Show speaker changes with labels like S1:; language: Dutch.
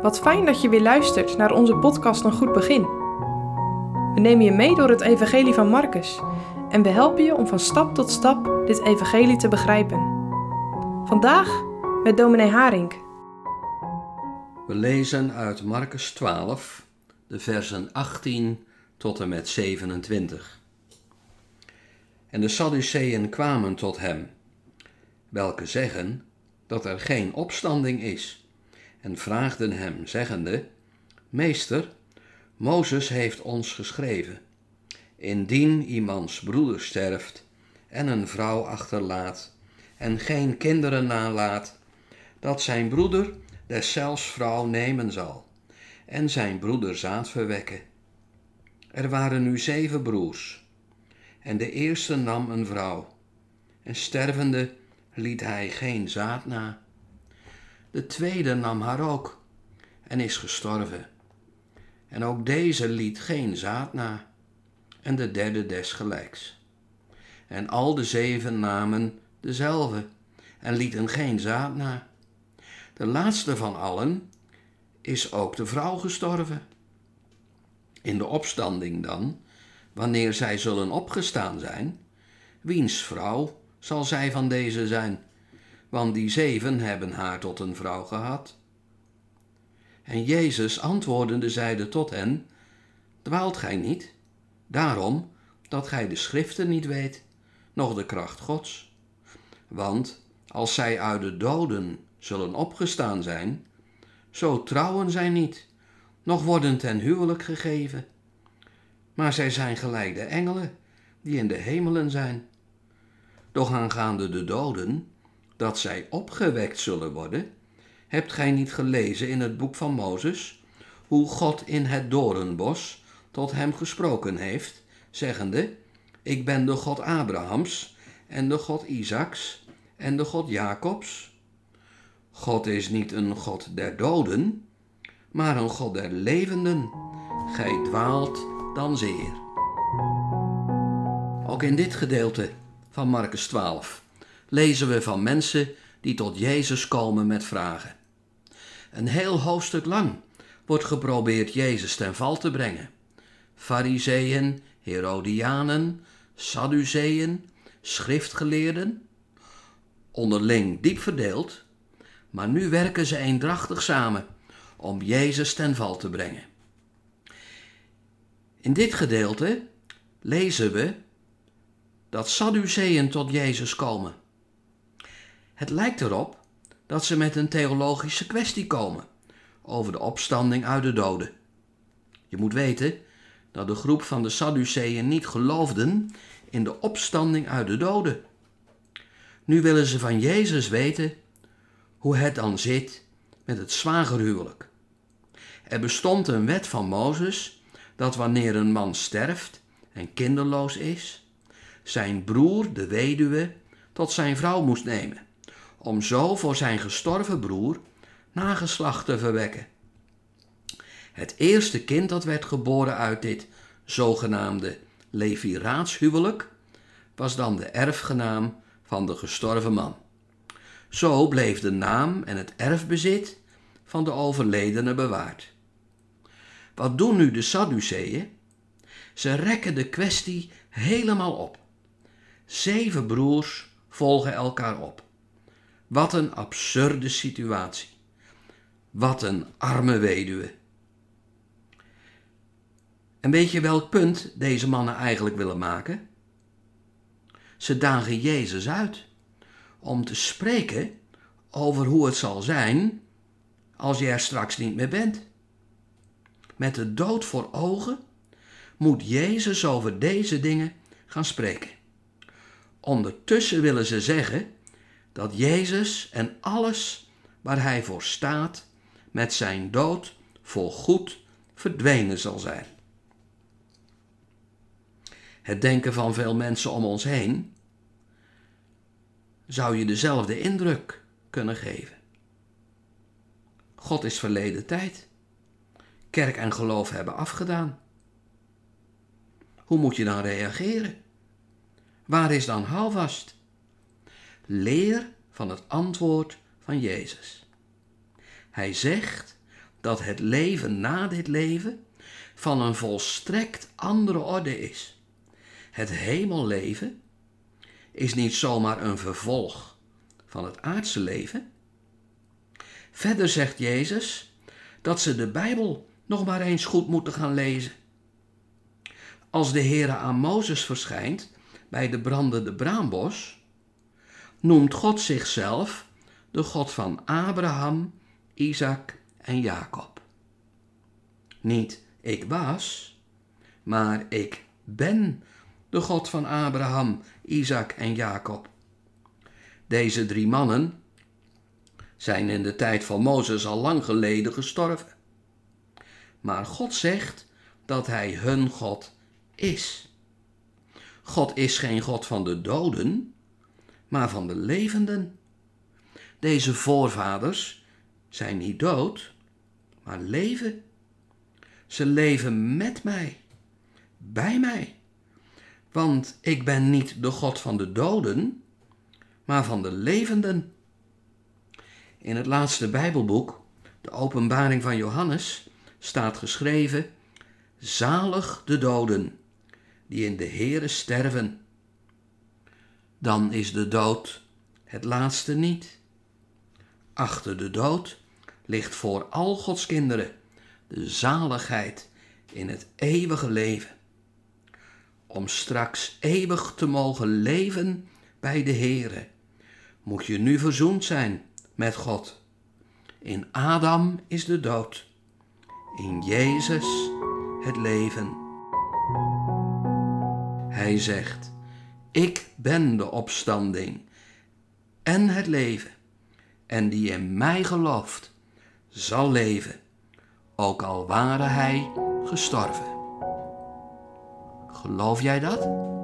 S1: Wat fijn dat je weer luistert naar onze podcast Een Goed Begin. We nemen je mee door het evangelie van Marcus en we helpen je om van stap tot stap dit evangelie te begrijpen. Vandaag met dominee Haring.
S2: We lezen uit Marcus 12, de versen 18 tot en met 27. En de Sadduceeën kwamen tot hem, welke zeggen dat er geen opstanding is, en vraagden hem, zeggende: Meester, Mozes heeft ons geschreven, indien iemands broeder sterft en een vrouw achterlaat en geen kinderen nalaat, dat zijn broeder deszelfs vrouw nemen zal en zijn broeder zaad verwekken. Er waren nu 7 broers, en de eerste nam een vrouw, en stervende liet hij geen zaad na. De tweede nam haar ook, en is gestorven. En ook deze liet geen zaad na, en de derde desgelijks. En al de 7 namen dezelfde, en lieten geen zaad na. De laatste van allen is ook de vrouw gestorven. In de opstanding dan, wanneer zij zullen opgestaan zijn, wiens vrouw zal zij van deze zijn? Want die 7 hebben haar tot een vrouw gehad. En Jezus antwoordende zeide tot hen: Dwaalt gij niet, daarom dat gij de schriften niet weet, noch de kracht Gods? Want als zij uit de doden zullen opgestaan zijn, zo trouwen zij niet, noch worden ten huwelijk gegeven. Maar zij zijn gelijk de engelen, die in de hemelen zijn. Doch aangaande de doden, dat zij opgewekt zullen worden, hebt gij niet gelezen in het boek van Mozes, hoe God in het doornbos tot hem gesproken heeft, zeggende: Ik ben de God Abrahams, en de God Isaaks, en de God Jacobs. God is niet een God der doden, maar een God der levenden. Gij dwaalt dan zeer. Ook in dit gedeelte van Marcus 12 lezen we van mensen die tot Jezus komen met vragen. Een heel hoofdstuk lang wordt geprobeerd Jezus ten val te brengen. Farizeeën, Herodianen, Sadduceeën, schriftgeleerden, onderling diep verdeeld, maar nu werken ze eendrachtig samen om Jezus ten val te brengen. In dit gedeelte lezen we dat Sadduceeën tot Jezus komen. Het lijkt erop dat ze met een theologische kwestie komen over de opstanding uit de doden. Je moet weten dat de groep van de Sadduceeën niet geloofden in de opstanding uit de doden. Nu willen ze van Jezus weten hoe het dan zit met het zwagerhuwelijk. Er bestond een wet van Mozes dat wanneer een man sterft en kinderloos is, zijn broer, de weduwe, tot zijn vrouw moest nemen, om zo voor zijn gestorven broer nageslacht te verwekken. Het eerste kind dat werd geboren uit dit zogenaamde leviraatshuwelijk was dan de erfgenaam van de gestorven man. Zo bleef de naam en het erfbezit van de overledene bewaard. Wat doen nu de Sadduceeën? Ze rekken de kwestie helemaal op. 7 broers volgen elkaar op. Wat een absurde situatie. Wat een arme weduwe. En weet je welk punt deze mannen eigenlijk willen maken? Ze dagen Jezus uit om te spreken over hoe het zal zijn als je er straks niet meer bent. Met de dood voor ogen moet Jezus over deze dingen gaan spreken. Ondertussen willen ze zeggen dat Jezus en alles waar hij voor staat met zijn dood voorgoed verdwenen zal zijn. Het denken van veel mensen om ons heen zou je dezelfde indruk kunnen geven. God is verleden tijd. Kerk en geloof hebben afgedaan. Hoe moet je dan reageren? Waar is dan houvast? Leer van het antwoord van Jezus. Hij zegt dat het leven na dit leven van een volstrekt andere orde is. Het hemelleven is niet zomaar een vervolg van het aardse leven. Verder zegt Jezus dat ze de Bijbel nog maar eens goed moeten gaan lezen. Als de Heere aan Mozes verschijnt bij de brandende braambos, noemt God zichzelf de God van Abraham, Isaac en Jacob. Niet ik was, maar ik ben de God van Abraham, Isaac en Jacob. Deze 3 mannen zijn in de tijd van Mozes al lang geleden gestorven. Maar God zegt dat hij hun God is. God is geen God van de doden, maar van de levenden. Deze voorvaders zijn niet dood, maar leven. Ze leven met mij, bij mij. Want ik ben niet de God van de doden, maar van de levenden. In het laatste Bijbelboek, de Openbaring van Johannes, staat geschreven: zalig de doden, die in de Heere sterven. Dan is de dood het laatste niet. Achter de dood ligt voor al Gods kinderen de zaligheid in het eeuwige leven. Om straks eeuwig te mogen leven bij de Heere, moet je nu verzoend zijn met God. In Adam is de dood, in Jezus het leven. Hij zegt: ik ben de opstanding en het leven, en die in mij gelooft, zal leven, ook al ware hij gestorven. Geloof jij dat?